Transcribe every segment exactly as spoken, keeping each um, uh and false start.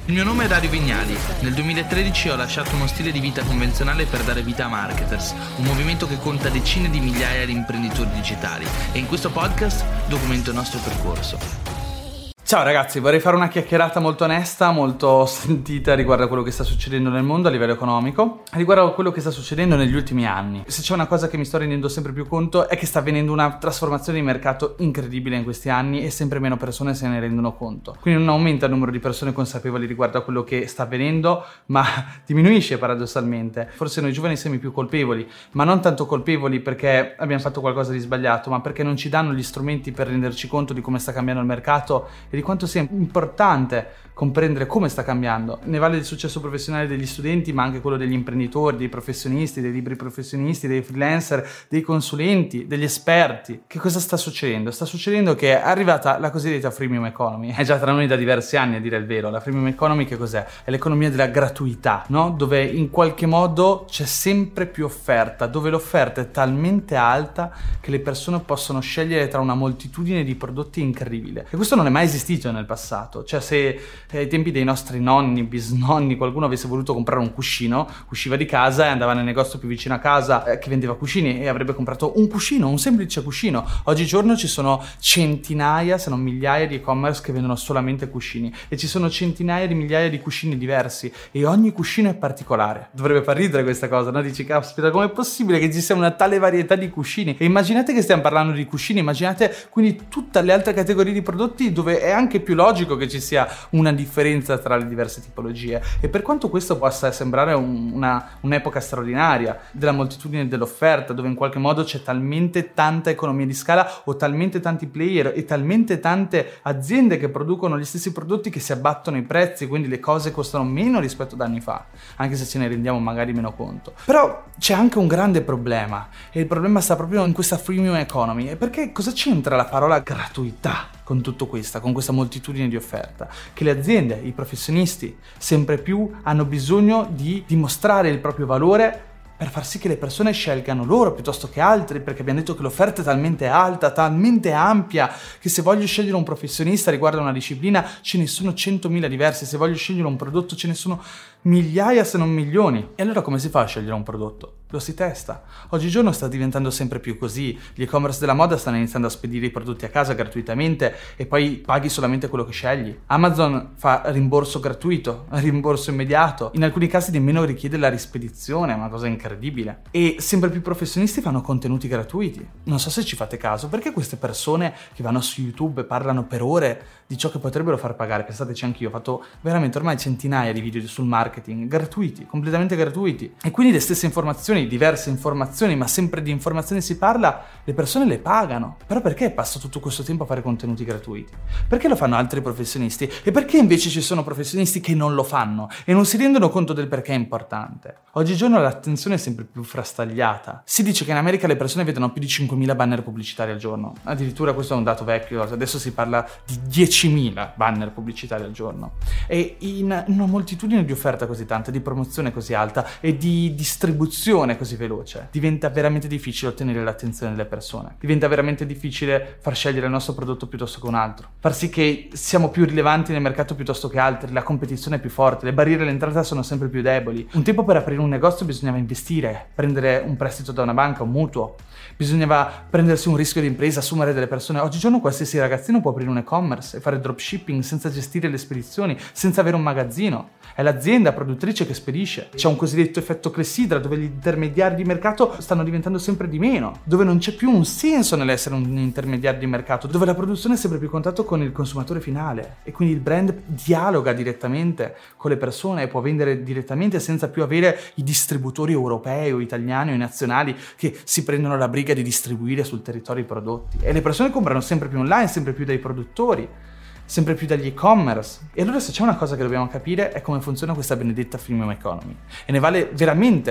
Il mio nome è Dario Vignali. Nel duemilatredici ho lasciato uno stile di vita convenzionale per dare vita a Marketers, un movimento che conta decine di migliaia di imprenditori digitali, e in questo podcast documento il nostro percorso. Ciao ragazzi, vorrei fare una chiacchierata molto onesta, molto sentita riguardo a quello che sta succedendo nel mondo a livello economico, riguardo a quello che sta succedendo negli ultimi anni. Se c'è una cosa che mi sto rendendo sempre più conto è che sta avvenendo una trasformazione di mercato incredibile in questi anni e sempre meno persone se ne rendono conto. Quindi non aumenta il numero di persone consapevoli riguardo a quello che sta avvenendo, ma diminuisce paradossalmente. Forse noi giovani siamo i più colpevoli, ma non tanto colpevoli perché abbiamo fatto qualcosa di sbagliato, ma perché non ci danno gli strumenti per renderci conto di come sta cambiando il mercato e di quanto sia importante comprendere come sta cambiando. Ne vale il successo professionale degli studenti, ma anche quello degli imprenditori, dei professionisti, dei liberi professionisti, dei freelancer, dei consulenti, degli esperti. Che cosa sta succedendo? Sta succedendo che è arrivata la cosiddetta freemium economy. È già tra noi da diversi anni, a dire il vero. La freemium economy che cos'è? È l'economia della gratuità, no? Dove in qualche modo c'è sempre più offerta, dove l'offerta è talmente alta che le persone possono scegliere tra una moltitudine di prodotti incredibile. E questo non è mai esistito nel passato. Cioè, se ai tempi dei nostri nonni, bisnonni, qualcuno avesse voluto comprare un cuscino, usciva di casa e andava nel negozio più vicino a casa eh, che vendeva cuscini e avrebbe comprato un cuscino, un semplice cuscino. Oggigiorno ci sono centinaia, se non migliaia di e-commerce che vendono solamente cuscini e ci sono centinaia di migliaia di cuscini diversi e ogni cuscino è particolare. Dovrebbe far ridere questa cosa, no? Dici, caspita, com'è possibile che ci sia una tale varietà di cuscini? E immaginate che stiamo parlando di cuscini, immaginate quindi tutte le altre categorie di prodotti dove è anche più logico che ci sia una differenza tra le diverse tipologie. E per quanto questo possa sembrare un, una, un'epoca straordinaria della moltitudine dell'offerta, dove in qualche modo c'è talmente tanta economia di scala o talmente tanti player e talmente tante aziende che producono gli stessi prodotti che si abbattono i prezzi, quindi le cose costano meno rispetto ad anni fa, anche se ce ne rendiamo magari meno conto. Però c'è anche un grande problema, e il problema sta proprio in questa freemium economy. E perché cosa c'entra la parola gratuità con tutto questo, con questa moltitudine di offerta? Che le aziende, i professionisti, sempre più hanno bisogno di dimostrare il proprio valore per far sì che le persone scelgano loro piuttosto che altri, perché abbiamo detto che l'offerta è talmente alta, talmente ampia, che se voglio scegliere un professionista riguardo a una disciplina ce ne sono centomila diversi, se voglio scegliere un prodotto ce ne sono migliaia se non milioni. E allora come si fa a scegliere un prodotto? Lo si testa. Oggigiorno sta diventando sempre più così. Gli e-commerce della moda stanno iniziando a spedire i prodotti a casa gratuitamente e poi paghi solamente quello che scegli. Amazon fa rimborso gratuito, rimborso immediato. In alcuni casi nemmeno richiede la rispedizione, è una cosa incredibile. E sempre più professionisti fanno contenuti gratuiti. Non so se ci fate caso, perché queste persone che vanno su YouTube e parlano per ore di ciò che potrebbero far pagare. Pensateci, anch'io ho fatto veramente ormai centinaia di video sul marketing gratuiti, completamente gratuiti, e quindi le stesse informazioni, diverse informazioni, ma sempre di informazioni si parla, le persone le pagano. Però perché passo tutto questo tempo a fare contenuti gratuiti? Perché lo fanno altri professionisti? E perché invece ci sono professionisti che non lo fanno e non si rendono conto del perché è importante? Oggigiorno l'attenzione è sempre più frastagliata. Si dice che in America le persone vedono più di cinquemila banner pubblicitari al giorno. Addirittura questo è un dato vecchio, adesso si parla di diecimila banner pubblicitari al giorno. E in una moltitudine di offerta così tanta, di promozione così alta e di distribuzione così veloce, diventa veramente difficile ottenere l'attenzione delle persone. Diventa veramente difficile far scegliere il nostro prodotto piuttosto che un altro. Far sì che siamo più rilevanti nel mercato piuttosto che altri, la competizione è più forte, le barriere all'entrata sono sempre più deboli. Un tempo per aprire un negozio bisognava investire, prendere un prestito da una banca, un mutuo. Bisognava prendersi un rischio di impresa, assumere delle persone. Oggigiorno qualsiasi ragazzino può aprire un e-commerce e fare dropshipping senza gestire le spedizioni, senza avere un magazzino. È l'azienda produttrice che spedisce. C'è un cosiddetto effetto clessidra, dove gli intermediari di mercato stanno diventando sempre di meno, dove non c'è più un senso nell'essere un intermediario di mercato, dove la produzione è sempre più a contatto con il consumatore finale e quindi il brand dialoga direttamente con le persone e può vendere direttamente senza più avere i distributori europei o italiani o nazionali che si prendono la briga di distribuire sul territorio i prodotti. E le persone comprano sempre più online, sempre più dai produttori, sempre più dagli e-commerce. E allora se c'è una cosa che dobbiamo capire è come funziona questa benedetta freemium economy. E ne vale veramente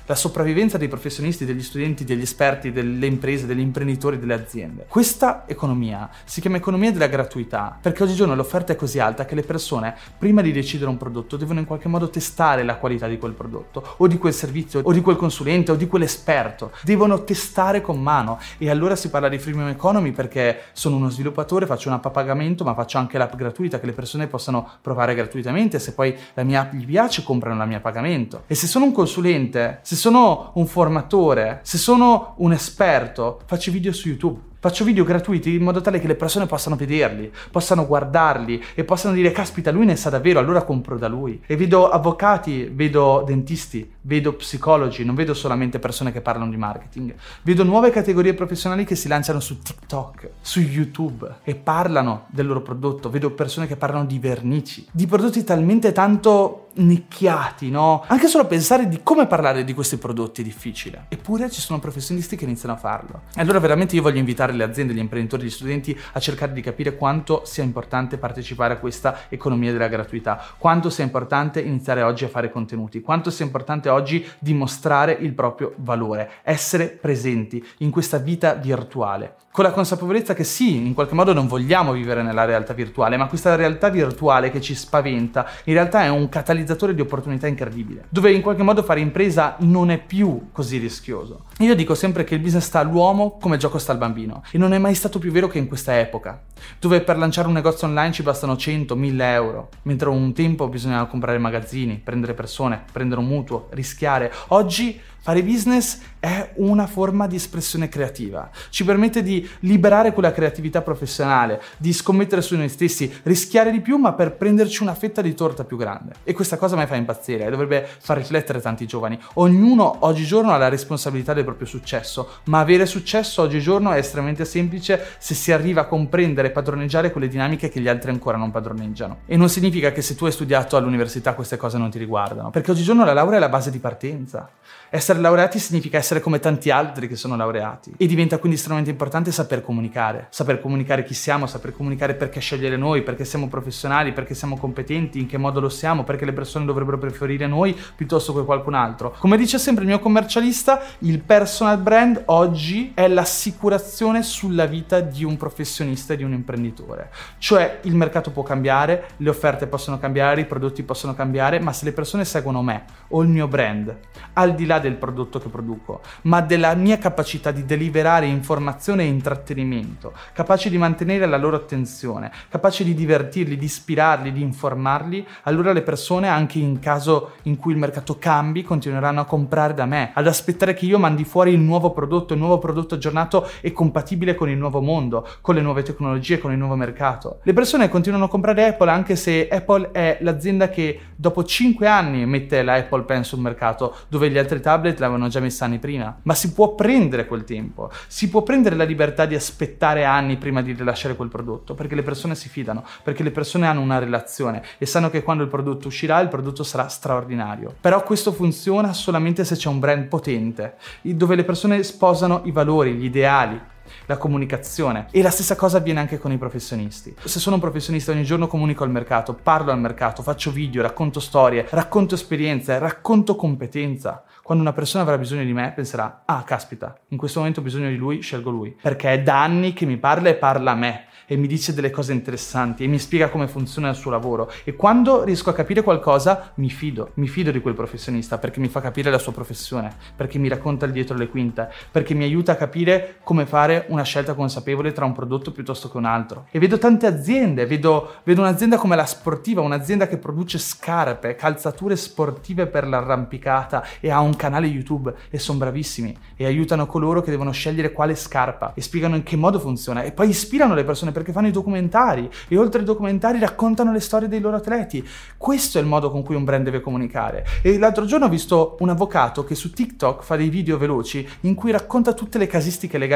la sopravvivenza dei professionisti, degli studenti, degli esperti, delle imprese, degli imprenditori, delle aziende. Questa economia si chiama economia della gratuità, perché oggigiorno l'offerta è così alta che le persone, prima di decidere un prodotto, devono in qualche modo testare la qualità di quel prodotto, o di quel servizio, o di quel consulente, o di quell'esperto. Devono testare con mano, e allora si parla di freemium economy perché sono uno sviluppatore, faccio un'app a pagamento, ma faccio anche l'app gratuita che le persone possano provare gratuitamente. Se poi la mia app gli piace, comprano la mia a pagamento. E se sono un consulente, se sono un formatore, se sono un esperto, faccio video su YouTube. Faccio video gratuiti in modo tale che le persone possano vederli, possano guardarli e possano dire caspita, lui ne sa davvero, allora compro da lui. E vedo avvocati, vedo dentisti, vedo psicologi, non vedo solamente persone che parlano di marketing. Vedo nuove categorie professionali che si lanciano su TikTok, su YouTube e parlano del loro prodotto. Vedo persone che parlano di vernici, di prodotti talmente tanto nicchiati, no? Anche solo pensare di come parlare di questi prodotti è difficile. Eppure ci sono professionisti che iniziano a farlo. E allora veramente io voglio invitare le aziende, gli imprenditori, gli studenti a cercare di capire quanto sia importante partecipare a questa economia della gratuità, quanto sia importante iniziare oggi a fare contenuti, quanto sia importante oggi dimostrare il proprio valore, essere presenti in questa vita virtuale, con la consapevolezza che sì, in qualche modo non vogliamo vivere nella realtà virtuale, ma questa realtà virtuale che ci spaventa in realtà è un catalizzatore di opportunità incredibile, dove in qualche modo fare impresa non è più così rischioso. Io dico sempre che il business sta all'uomo come il gioco sta al bambino, e non è mai stato più vero che in questa epoca, dove per lanciare un negozio online ci bastano cento, mille euro, mentre un tempo bisognava comprare magazzini, prendere persone, prendere un mutuo, rischiare. Oggi fare business è una forma di espressione creativa, ci permette di liberare quella creatività professionale, di scommettere su noi stessi, rischiare di più ma per prenderci una fetta di torta più grande. E questa cosa mi fa impazzire e dovrebbe far riflettere tanti giovani. Ognuno oggigiorno ha la responsabilità del proprio successo, ma avere successo oggigiorno è estremamente semplice se si arriva a comprendere e padroneggiare quelle dinamiche che gli altri ancora non padroneggiano. E non significa che se tu hai studiato all'università queste cose non ti riguardano, perché oggigiorno la laurea è la base di partenza. Essere laureati significa essere come tanti altri che sono laureati, e diventa quindi estremamente importante saper comunicare, saper comunicare chi siamo, saper comunicare perché scegliere noi, perché siamo professionali, perché siamo competenti, in che modo lo siamo, perché le persone dovrebbero preferire noi piuttosto che qualcun altro. Come dice sempre il mio commercialista, il personal brand oggi è l'assicurazione sulla vita di un professionista e di un imprenditore. Cioè il mercato può cambiare, le offerte possono cambiare, i prodotti possono cambiare, ma se le persone seguono me o il mio brand, al di là del prodotto che produco, ma della mia capacità di deliberare informazione e intrattenimento, capace di mantenere la loro attenzione, capace di divertirli, di ispirarli, di informarli, allora le persone, anche in caso in cui il mercato cambi, continueranno a comprare da me, ad aspettare che io mandi fuori il nuovo prodotto, il nuovo prodotto aggiornato e compatibile con il nuovo mondo, con le nuove tecnologie, con il nuovo mercato. Le persone continuano a comprare Apple anche se Apple è l'azienda che dopo cinque anni mette la Apple Pen sul mercato, dove gli altri tablet l'avevano già messa anni prima. Ma si può prendere quel tempo, si può prendere la libertà di aspettare anni prima di rilasciare quel prodotto, perché le persone si fidano, perché le persone hanno una relazione e sanno che quando il prodotto uscirà il prodotto sarà straordinario. Però questo funziona solamente se c'è un brand potente, dove le persone sposano i valori, gli ideali, la comunicazione. E la stessa cosa avviene anche con i professionisti. Se sono un professionista, ogni giorno comunico al mercato, parlo al mercato, faccio video, racconto storie, racconto esperienze, racconto competenza. Quando una persona avrà bisogno di me penserà: ah, caspita, in questo momento ho bisogno di lui, scelgo lui, perché è da anni che mi parla e parla a me e mi dice delle cose interessanti e mi spiega come funziona il suo lavoro, e quando riesco a capire qualcosa mi fido, mi fido di quel professionista perché mi fa capire la sua professione, perché mi racconta il dietro le quinte, perché mi aiuta a capire come fare una scelta consapevole tra un prodotto piuttosto che un altro. E vedo tante aziende, vedo, vedo un'azienda come la Sportiva, un'azienda che produce scarpe, calzature sportive per l'arrampicata e ha un canale YouTube e sono bravissimi e aiutano coloro che devono scegliere quale scarpa e spiegano in che modo funziona, e poi ispirano le persone perché fanno i documentari e oltre ai documentari raccontano le storie dei loro atleti. Questo è il modo con cui un brand deve comunicare. E l'altro giorno ho visto un avvocato che su TikTok fa dei video veloci in cui racconta tutte le casistiche legali più interessanti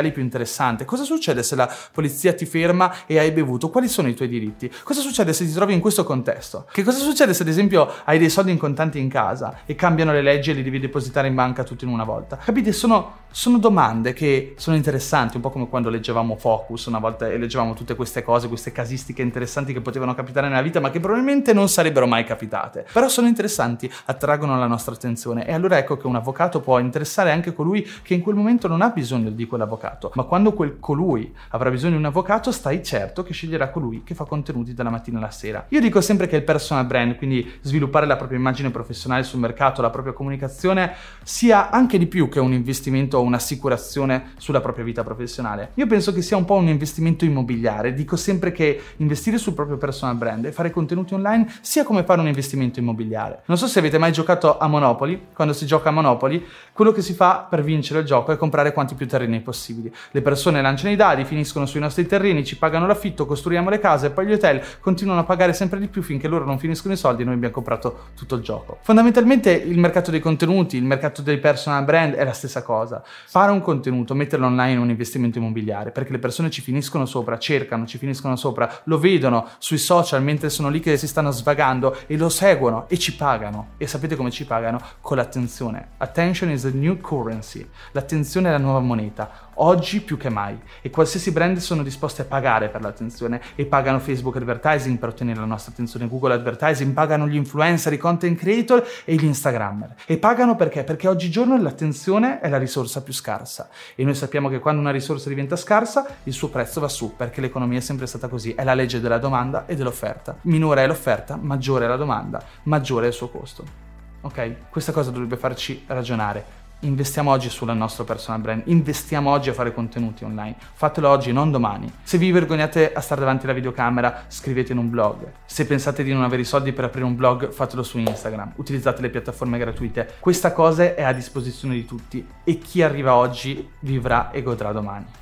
interessante. Cosa succede se la polizia ti ferma e hai bevuto? Quali sono i tuoi diritti? Cosa succede se ti trovi in questo contesto? Che cosa succede se ad esempio hai dei soldi in contanti in casa e cambiano le leggi e li devi depositare in banca tutti in una volta? Capite? Sono, sono domande che sono interessanti, un po' come quando leggevamo Focus una volta e leggevamo tutte queste cose, queste casistiche interessanti che potevano capitare nella vita ma che probabilmente non sarebbero mai capitate. Però sono interessanti, attraggono la nostra attenzione e allora ecco che un avvocato può interessare anche colui che in quel momento non ha bisogno di quell'avvocato, ma quando quel colui avrà bisogno di un avvocato stai certo che sceglierà colui che fa contenuti dalla mattina alla sera. Io dico sempre che il personal brand, quindi sviluppare la propria immagine professionale sul mercato, la propria comunicazione, sia anche di più che un investimento o un'assicurazione sulla propria vita professionale. Io penso che sia un po' un investimento immobiliare. Dico sempre che investire sul proprio personal brand e fare contenuti online sia come fare un investimento immobiliare. Non so se avete mai giocato a Monopoly. Quando si gioca a Monopoly, quello che si fa per vincere il gioco è comprare quanti più terreni possibili. Le persone lanciano i dadi, finiscono sui nostri terreni, ci pagano l'affitto, costruiamo le case e poi gli hotel continuano a pagare sempre di più finché loro non finiscono i soldi e noi abbiamo comprato tutto il gioco. Fondamentalmente il mercato dei contenuti, il mercato dei personal brand è la stessa cosa. Fare un contenuto, metterlo online è un investimento immobiliare perché le persone ci finiscono sopra, cercano, ci finiscono sopra, lo vedono sui social mentre sono lì che si stanno svagando e lo seguono e ci pagano. E sapete come ci pagano? Con l'attenzione. Attention is the new currency. L'attenzione è la nuova moneta. Oggi più che mai, e qualsiasi brand sono disposti a pagare per l'attenzione e pagano Facebook Advertising per ottenere la nostra attenzione, Google Advertising, pagano gli influencer, i content creator e gli Instagrammer. E pagano perché? Perché oggigiorno l'attenzione è la risorsa più scarsa e noi sappiamo che quando una risorsa diventa scarsa il suo prezzo va su perché l'economia è sempre stata così, è la legge della domanda e dell'offerta. Minore è l'offerta, maggiore è la domanda, maggiore è il suo costo. Ok? Questa cosa dovrebbe farci ragionare. Investiamo oggi sul nostro personal brand, investiamo oggi a fare contenuti online, fatelo oggi, non domani. Se vi vergognate a stare davanti alla videocamera, scrivete in un blog. Se pensate di non avere i soldi per aprire un blog, fatelo su Instagram, utilizzate le piattaforme gratuite. Questa cosa è a disposizione di tutti e chi arriva oggi vivrà e godrà domani.